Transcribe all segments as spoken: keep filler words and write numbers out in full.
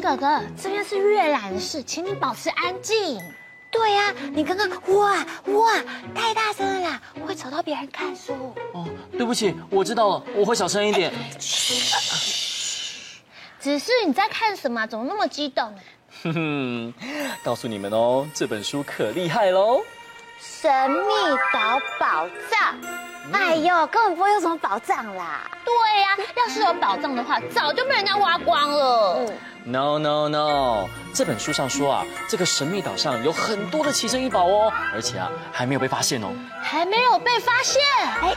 哥哥，这边是月兰的事，请你保持安静。 对呀、啊，你刚刚哇哇太大声了啦，会吵到别人看书。 哦，对不起，我知道了，我会小声一点。 只是你在看什么？怎么那么激动呢？ 哼哼，告诉你们哦，这本书可厉害喽！ 神秘岛宝藏。哎呦，根本不会有什么宝藏啦。 对呀、啊，要是有宝藏的话，早就被人家挖光了。嗯。 No No No！ 这本书上说啊，这个神秘岛上有很多的奇珍异宝哦，而且啊还没有被发现哦。 还没有被发现？哎，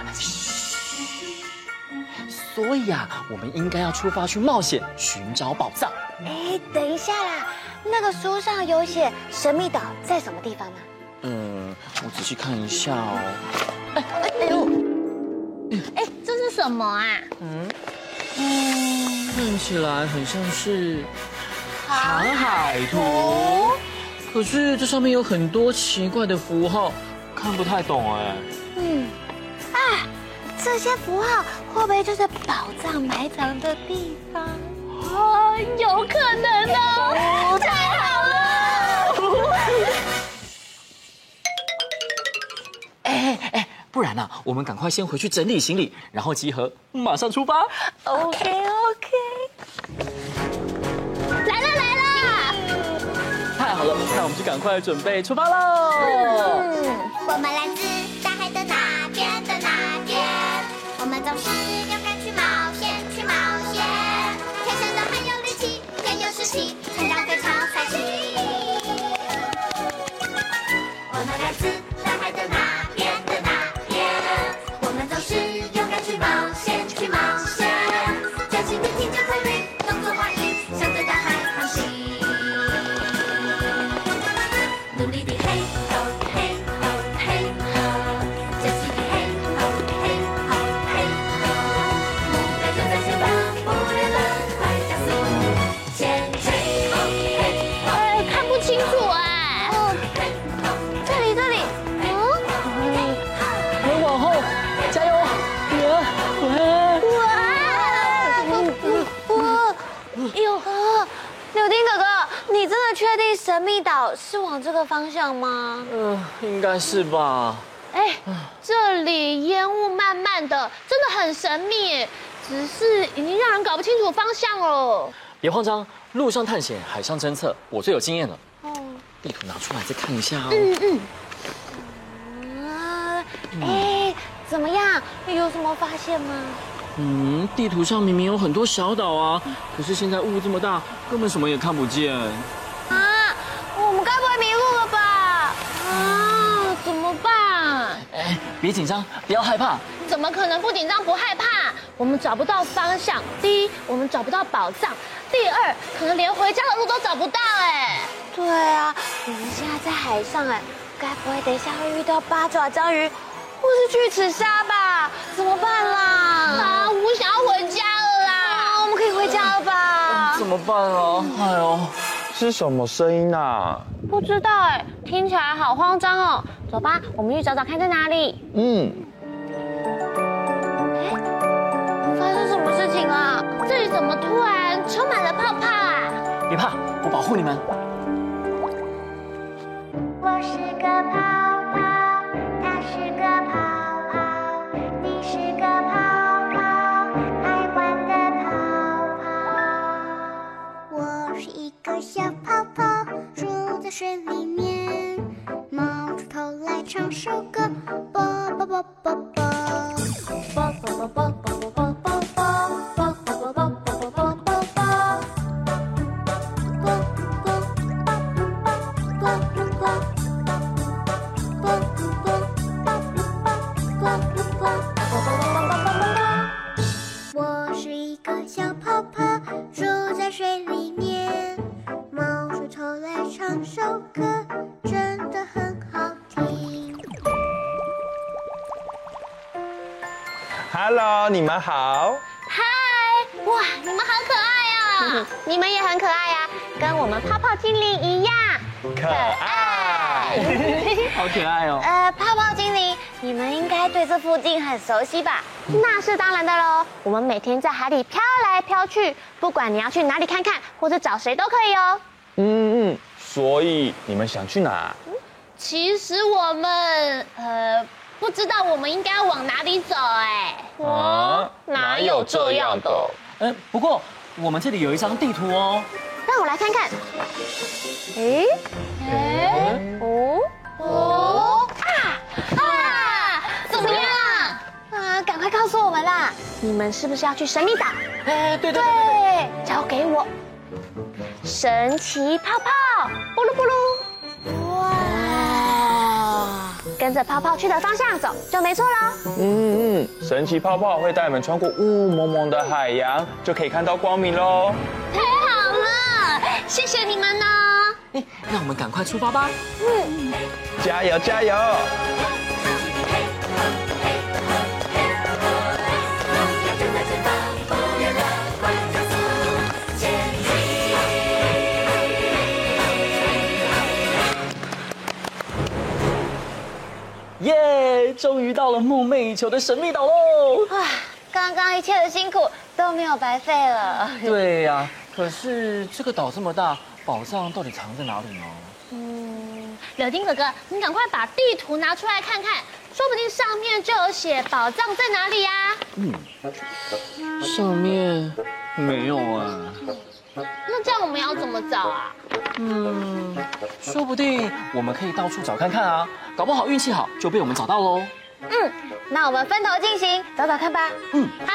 所以啊，我们应该要出发去冒险，寻找宝藏。 哎，等一下啦，那个书上有写神秘岛在什么地方吗？ 嗯，我仔细看一下哦。 哎哎呦，哎，这是什么啊？ 嗯嗯，看起来很像是航海图，可是这上面有很多奇怪的符号，看不太懂哎。 嗯，啊，这些符号会不会就是宝藏埋藏的地方？ 哦，有可能哦！太好了！ 哎哎，不然呢、啊，我们赶快先回去整理行李，然后集合，马上出发。 OK OK。 来了来了！ 太好了，那我们就赶快准备出发喽！ 嗯， 我们来自大海的那边的那边，我们总是勇敢去冒险，去冒险，天生的很有力气，也有志气，成长非常才气。我们来自大海的那边的那边，我们总是勇敢去冒险，去冒险，专心的听着口语，动作华丽，向着大海航行。努力地嘿吼嘿吼嘿吼，争气地嘿吼嘿吼嘿吼，目标就在前方，不远了，快加速前进！ 哎，看不清楚哎。 哦，这里这里，嗯， 人往后，加油！ 哇，哇，哎呦，柳丁哥哥，你真的确定神秘岛是往这个方向吗？ 嗯、呃，应该是吧。 哎，这里烟雾漫漫的，真的很神秘，只是已经让人搞不清楚方向了。 别慌张，陆上探险，海上侦测，我最有经验了。 哦， 地图拿出来再看一下哦。 嗯嗯。 啊，哎，怎么样？有什么发现吗？ 嗯，地图上明明有很多小岛啊，可是现在雾这么大，根本什么也看不见。 啊，我们该不会迷路了吧？ 啊，怎么办？ 哎，别紧张，不要害怕。 怎么可能不紧张不害怕？我们找不到方向。第一，我们找不到宝藏；第二，可能连回家的路都找不到。哎， 对啊，我们现在在海上，哎，该不会等一下会遇到八爪章鱼，或是巨齿鲨吧？怎么办啦？ 啊，我想要回家了啦！ 啊，我们可以回家了吧？ 怎么办啊？哎呦， 是什么声音啊？ 不知道哎，听起来好慌张哦。走吧，我们去找找看在哪里。 嗯， 发生什么事情了？ 这里怎么突然充满了泡泡啊？ 别怕，我保护你们。 我是个泡泡，它是个泡泡，你是个泡泡，爱玩的泡泡。我是一个小泡泡，住在水里面，冒出头来唱首歌，啵啵啵啵啵，啵啵啵啵啵啵啵啵啵，啵啵啵啵啵啵啵啵。我是一个小泡泡，住在水里面，冒出头来唱首歌，真的很好听。 Hello， 你们好。 嗨，哇，你们好可爱啊！你们也很可爱呀，跟我们泡泡精灵一样可爱。 好可爱哦。 呃，泡泡精灵， 你们应该对这附近很熟悉吧？ 那是当然的喽。我们每天在海里飘来飘去，不管你要去哪里看看，或者找谁都可以哦。 嗯嗯，所以你们想去哪？ 其实我们呃不知道我们应该往哪里走哎。 啊，哪有这样的？ 嗯，不过我们这里有一张地图哦。 让我来看看。诶，诶，哦哦啊啊！怎么样？ 啊，赶快告诉我们啦！ 你们是不是要去神秘岛？ 哎，对对对。 对，交给我。神奇泡泡，咕噜咕噜。哇！跟着泡泡去的方向走就没错了。 嗯嗯，神奇泡泡会带你们穿过雾蒙蒙的海洋，就可以看到光明喽。 太好了，谢谢你们呢。 哎，那我们赶快出发吧。 嗯， 加油加油！ 耶！终于到了梦寐以求的神秘岛喽！ 哇，刚刚一切的辛苦都没有白费了。 对呀、啊，可是这个岛这么大，宝藏到底藏在哪里呢？ 嗯，柳丁哥哥，你赶快把地图拿出来看看，说不定上面就有写宝藏在哪里呀、啊。 嗯，上面没有啊。 那这样我们要怎么找啊？ 嗯，说不定我们可以到处找看看啊，搞不好运气好就被我们找到喽。 嗯，那我们分头进行，找找看吧。 嗯， 好。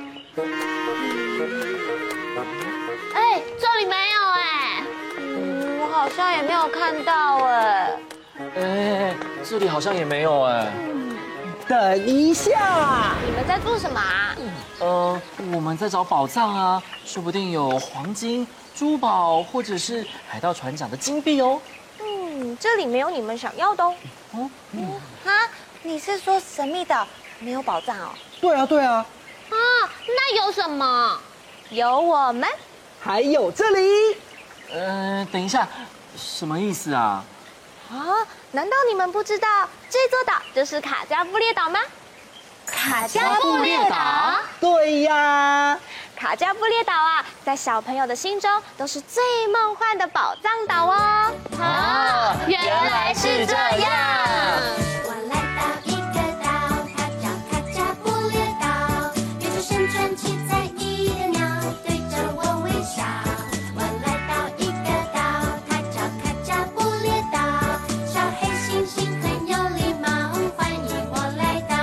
哎，这里没有哎。 嗯，我好像也没有看到哎。 哎，这里好像也没有哎。 等一下， 你们在做什么啊？ 呃，我们在找宝藏啊，说不定有黄金、珠宝，或者是海盗船长的金币哦。 嗯，这里没有你们想要的哦。 哦，嗯， 啊，你是说神秘岛没有宝藏哦？ 对啊对啊， 啊，那有什么？ 有我们。 还有这里， 呃，等一下，什么意思啊？ 啊，难道你们不知道这座岛就是卡加布列岛吗？卡加布列岛？ 对呀， 卡加布列岛啊，在小朋友的心中都是最梦幻的宝藏岛哦。 啊，原来是这样。 我来到一个岛，它叫卡加布列岛，有只身穿七彩衣的鸟对着我微笑。我来到一个岛，它叫卡加布列岛，小黑猩猩很有礼貌，欢迎我来到。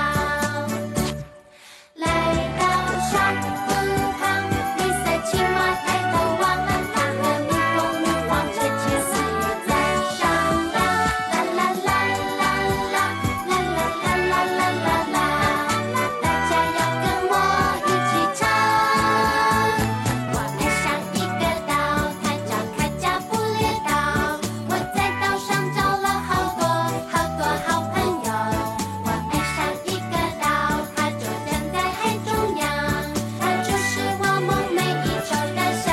来到沙湖旁，绿色青蛙抬头望，它和蜜蜂女王窃窃私语在商量。啦啦啦啦啦啦啦啦啦啦啦，大家要跟我一起唱。我爱上一个岛，它叫卡加布列岛。我在岛上找了好多好多好朋友。我爱上一个岛，它就站在海中央，它就是我梦寐以求的小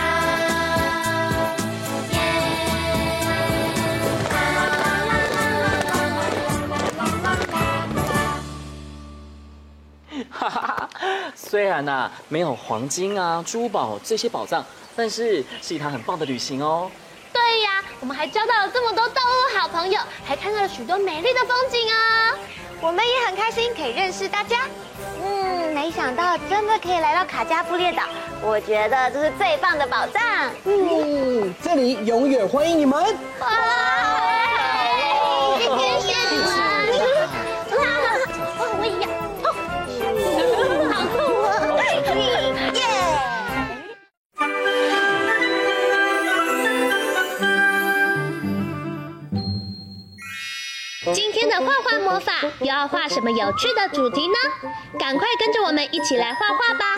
哈哈，虽然呐、啊、没有黄金啊、珠宝这些宝藏，但是是一趟很棒的旅行哦。 对呀，我们还交到了这么多动物好朋友，还看到了许多美丽的风景啊。 我们也很开心可以认识大家。嗯，没想到真的可以来到卡加布列岛，我觉得这是最棒的宝藏。 嗯，这里永远欢迎你们。 哇，谢谢你们。哇，我也要。好酷哦！耶！今天的画画魔法又要画什么有趣的主题呢？赶快跟着我们一起来画画吧！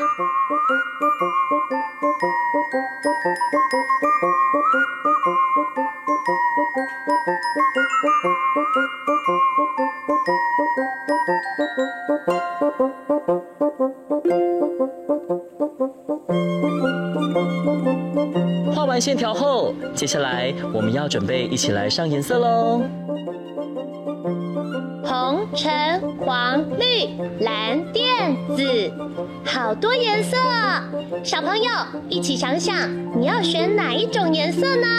画完线条后，接下来我们要准备一起来上颜色喽。画红、橙、黄、绿、蓝、靛、紫，好多颜色。小朋友一起想想，你要选哪一种颜色呢？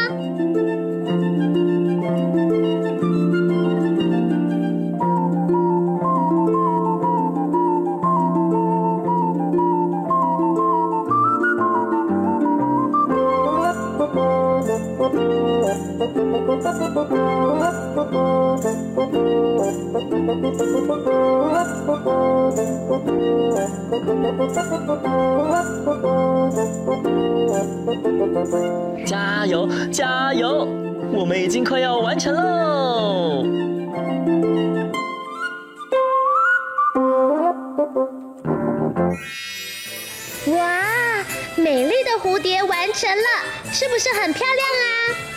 加油，加油！我们已经快要完成喽！ 哇，美丽的蝴蝶完成了，是不是很漂亮啊？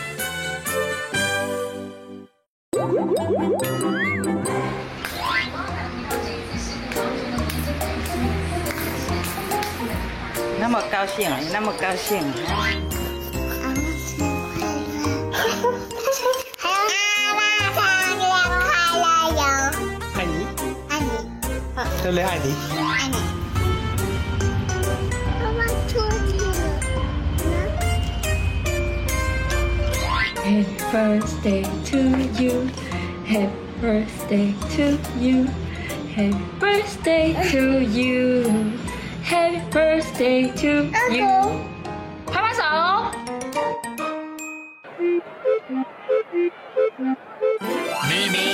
那么高兴，那么高兴。 还有妈妈生日快乐哟！ 爱你， 爱你， 对不对？爱你。 爱你。妈妈出去了。 Happy birthday to you. Happy birthday to you. Happy birthday to you. Happy birthday to you. 拍拍手。 咪咪，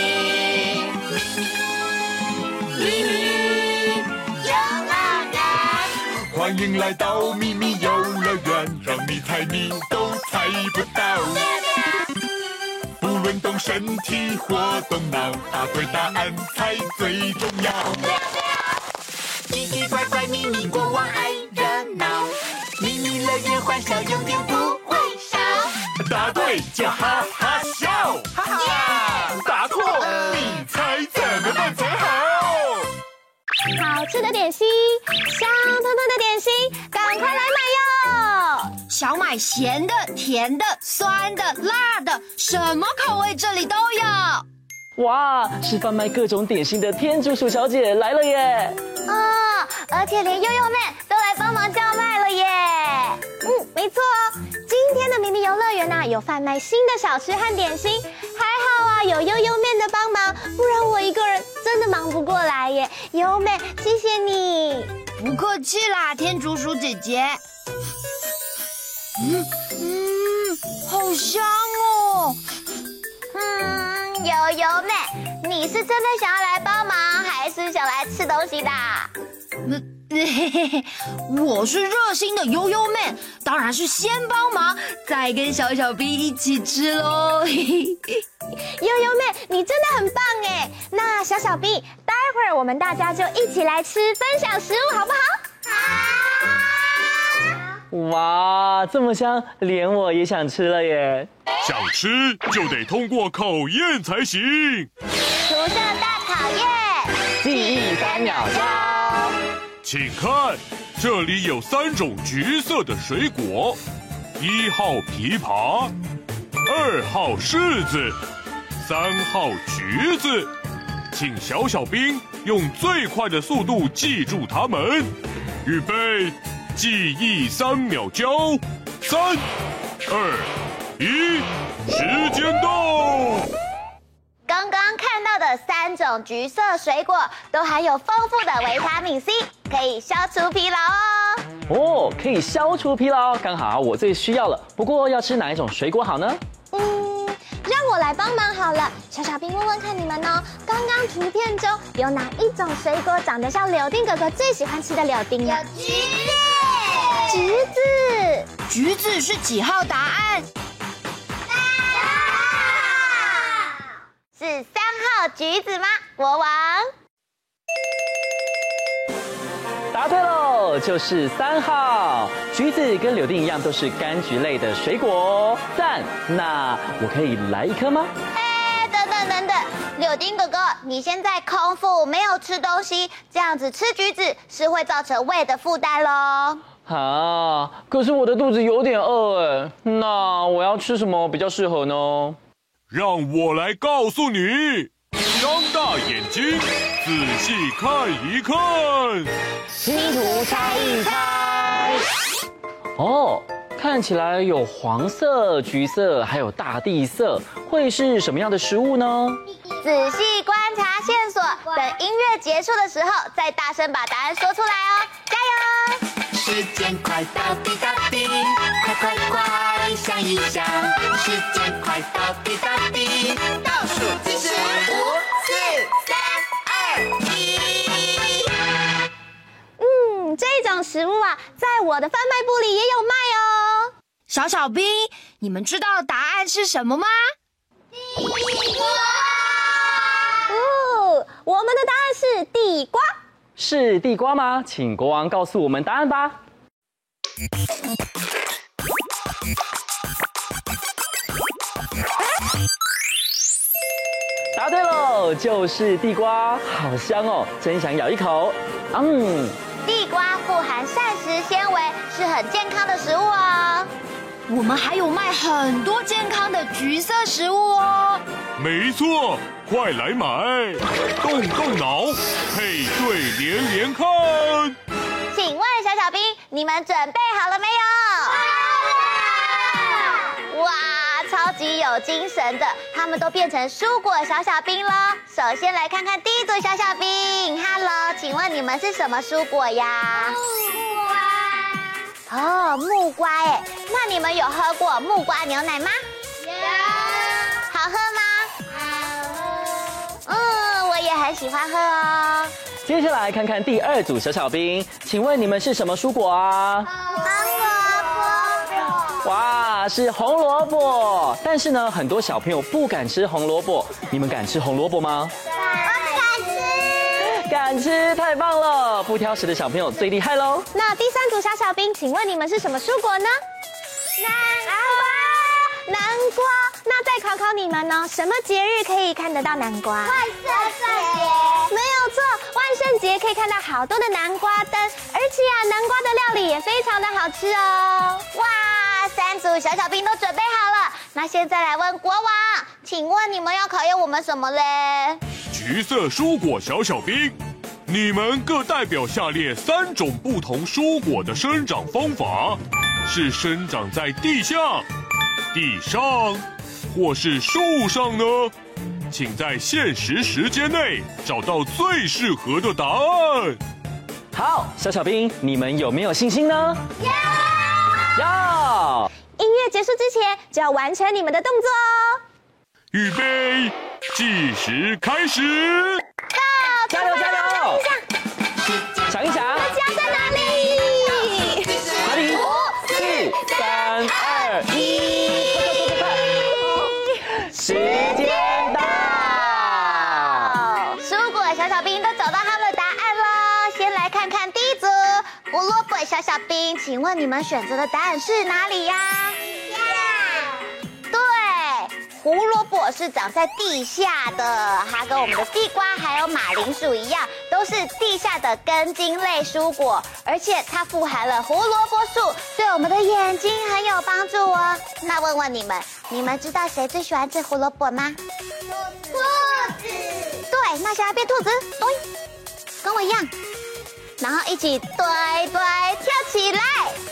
咪咪游乐园，欢迎来到咪咪游乐园，让你猜谜都猜不到。不论动身体或动脑，答对答案才最重要。奇奇怪怪咪咪国王爱热闹，咪咪乐园欢笑永远不会少。答对就哈哈笑，哈哈！答错你猜怎么办才好？ 好吃的点心，香喷喷的点心，赶快来买哟！ 想买咸的、甜的、酸的、辣的，什么口味这里都有。 哇，是贩卖各种点心的天竺鼠小姐来了耶！ 哦，而且连悠悠妹都来帮忙叫卖了耶！嗯，没错哦，今天的咪咪游乐园呐、啊，有贩卖新的小吃和点心，还好啊，有悠悠妹的帮忙，不然我一个人真的忙不过来耶。悠悠妹，谢谢你。 不客气啦，天竺鼠姐姐。嗯嗯，好香哦。 嗯，悠悠妹，你是真的想要来帮忙，还是想来吃东西的？ 我是热心的悠悠妹，当然是先帮忙，再跟小小兵一起吃喽。 悠悠妹，你真的很棒哎！那小小兵，待会儿我们大家就一起来吃，分享食物，好不好？好。 哇，这么香，连我也想吃了耶！ 想吃就得通过考验才行。 厨社大考验， 记忆三秒钟。 请看，这里有三种橘色的水果：一号枇杷，二号柿子，三号橘子。请小小兵用最快的速度记住它们。预备，记忆三秒交，三、二、一，时间到。 刚刚看到的三种橘色水果都含有丰富的维他命 C， 可以消除疲劳哦。 哦，可以消除疲劳，刚好我最需要了。不过要吃哪一种水果好呢？ 嗯，让我来帮忙好了。小小兵问问看你们哦，刚刚图片中有哪一种水果长得像柳丁哥哥最喜欢吃的柳丁呀？ 橘子， 橘子， 橘子是几号答案？ 是三号橘子吗？国王。 答对喽，就是三号。橘子跟柳丁一样，都是柑橘类的水果。赞！那我可以来一颗吗？ 哎，等等等等，柳丁哥哥，你现在空腹没有吃东西，这样子吃橘子是会造成胃的负担喽。 啊，可是我的肚子有点饿哎，那我要吃什么比较适合呢？ 让我来告诉你， 张大眼睛，仔细看一看。 拼图猜一猜。哦，看起来有黄色、橘色，还有大地色，会是什么样的食物呢？ 仔细观察线索，等音乐结束的时候，再大声把答案说出来哦，加油！ 时间快到滴答滴，快快快想一想，时间快到滴答滴，倒数计时五、四、三、二、一。 嗯，这种食物啊，在我的贩卖部里也有卖哦。 小小兵，你们知道答案是什么吗？ 地瓜。哦，我们的答案是地瓜。 是地瓜吗？请国王告诉我们答案吧。答对喽，就是地瓜，好香哦，真想咬一口。嗯， 地瓜富含膳食纤维，是很健康的食物哦。 我们还有卖很多健康的橘色食物哦。 没错，快来买，动动脑，配对连连看。 请问小小兵，你们准备好了没有？哇，超级有精神的，他们都变成蔬果小小兵了。首先来看看第一组小小兵 ，Hello， 请问你们是什么蔬果呀？木瓜。哦，木瓜哎，那你们有喝过木瓜牛奶吗？有。好喝吗？好喝。嗯，我也很喜欢喝哦。 接下来看看第二组小小兵，请问你们是什么蔬果啊？ 红萝卜。 哇，是红萝卜。但是呢，很多小朋友不敢吃红萝卜，你们敢吃红萝卜吗？ 我敢吃。 敢吃，太棒了！不挑食的小朋友最厉害喽。 那第三组小小兵，请问你们是什么蔬果呢？南瓜。南瓜。那再考考你们呢，什么节日可以看得到南瓜？万圣节。没有错，万圣节可以看到好多的南瓜灯，而且啊，南瓜的料理也非常的好吃哦。哇，三组小小兵都准备好了，那现在来问国王，请问你们要考验我们什么嘞？ 橘色蔬果小小兵，你们各代表下列三种不同蔬果的生长方法，是生长在地下、地上，或是树上呢？请在限时时间内找到最适合的答案。 好，小小兵，你们有没有信心呢？要！要！ 音乐结束之前就要完成你们的动作哦。 预备，计时开始！ 加油加油！想一想， 家在哪里？ 哪里？五、四、三、二、一，快快快快快！时间到！ 蔬果小小兵都找到他们的答案了。先来看看第一组胡萝卜小小兵，请问你们选择的答案是哪里呀？对，胡萝卜是长在地下的，它跟我们的地瓜还有马铃薯一样，都是地下的根茎类蔬果，而且它富含了胡萝卜素，对我们的眼睛很有帮助哦。那问问你们，你们知道谁最喜欢吃胡萝卜吗？兔子。兔子。对，那现在变兔子，咚，跟我一样，然后一起对对跳起来，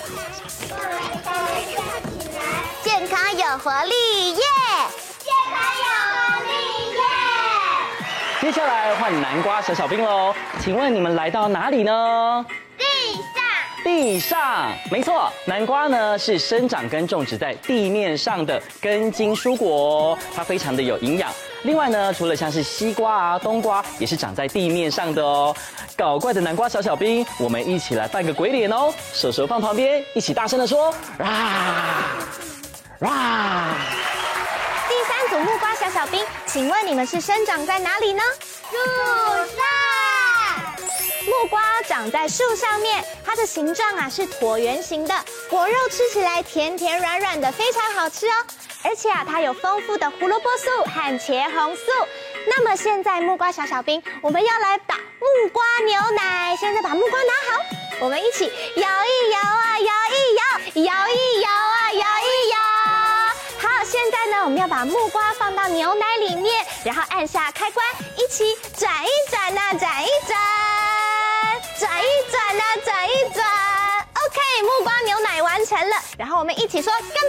健康有活力耶！健康有活力耶！ 接下来换南瓜小小兵喽，请问你们来到哪里呢？ 地上。 地上，没错，南瓜呢是生长跟种植在地面上的根茎蔬果，它非常的有营养。另外呢，除了像是西瓜啊、冬瓜，也是长在地面上的哦。搞怪的南瓜小小兵，我们一起来扮个鬼脸哦，手手放旁边，一起大声的说，啦啦。 第三组木瓜小小兵，请问你们是生长在哪里呢？树上。木瓜长在树上面，它的形状啊是椭圆形的，果肉吃起来甜甜软软的，非常好吃哦。而且啊，它有丰富的胡萝卜素和茄红素。那么现在木瓜小小兵，我们要来打木瓜牛奶。现在把木瓜拿好，我们一起摇一摇啊，摇一摇，摇一摇啊，摇一摇。好，现在呢，我们要把木瓜放到牛奶里面，然后按下开关，一起转一转呐，转一转，转一转呐，转一转。OK， 木瓜牛奶完成了，然后我们一起说干杯！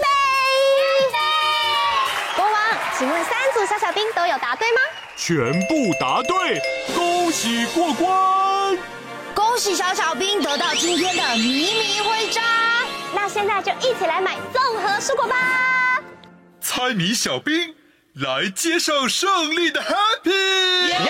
国王，请问三组小小兵都有答对吗？ 全部答对，恭喜过关！ 恭喜小小兵得到今天的迷你徽章。 那现在就一起来买综合蔬果吧！ 猜谜小兵来接受胜利的 Happy！ 耶！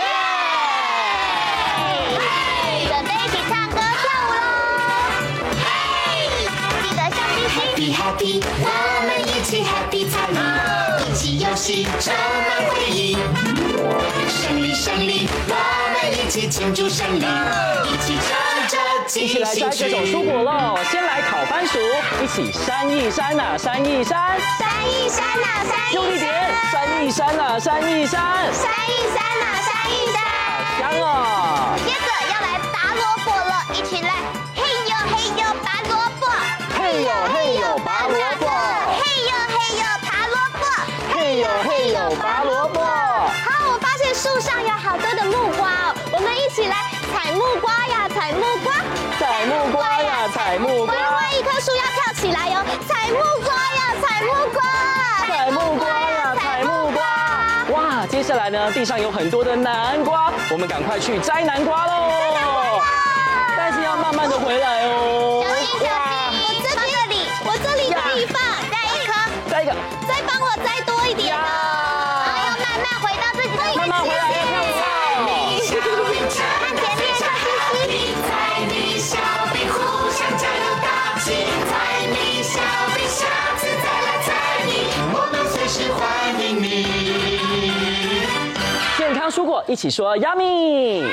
准备一起唱歌跳舞喽！嘿，记得笑嘻嘻 Happy Happy， 我们一起 Happy 猜谜，一起游戏充满回忆。胜利胜利，我们一起庆祝胜利，一起唱着一起来摘各种蔬果喽！先来烤番薯，一起扇一扇呐，扇一扇， 扇一扇呐，扇一用力点，扇一扇呐，扇一扇， 扇一扇呐，扇一扇， 好香哦！ 接着要来拔萝卜了，一起来，嘿呦嘿呦拔萝卜， 嘿呦嘿呦拔萝卜， 嘿呦嘿呦拔萝卜， 嘿呦嘿呦拔萝卜。 好，我发现树上有好多的木瓜哦，我们一起来采木瓜呀，采木瓜， 采木瓜呀，采木瓜。 我认为一棵树要跳起来哟，采木瓜呀，采木瓜， 采木瓜呀，采木瓜。哇，接下来呢，地上有很多的南瓜，我们赶快去摘南瓜喽。但是要慢慢的回来哦。 小心小心，我这里，我这里可以放，摘一颗， 摘一个， 再帮我摘多一点哦。然后慢慢回到自己的位置。 慢慢回来，要跳舞了。 看前面，笑嘻嘻。 猜谜小兵互相加油打气，猜谜小兵下次再来猜谜，我们随时欢迎你。 健康蔬果一起说 yummy。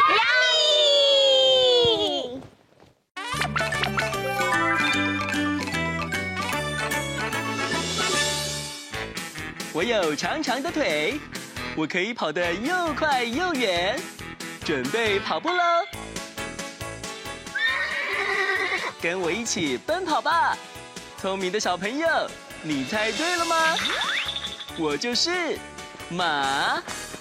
我有长长的腿，我可以跑得又快又远，准备跑步喽！跟我一起奔跑吧，聪明的小朋友，你猜对了吗？我就是马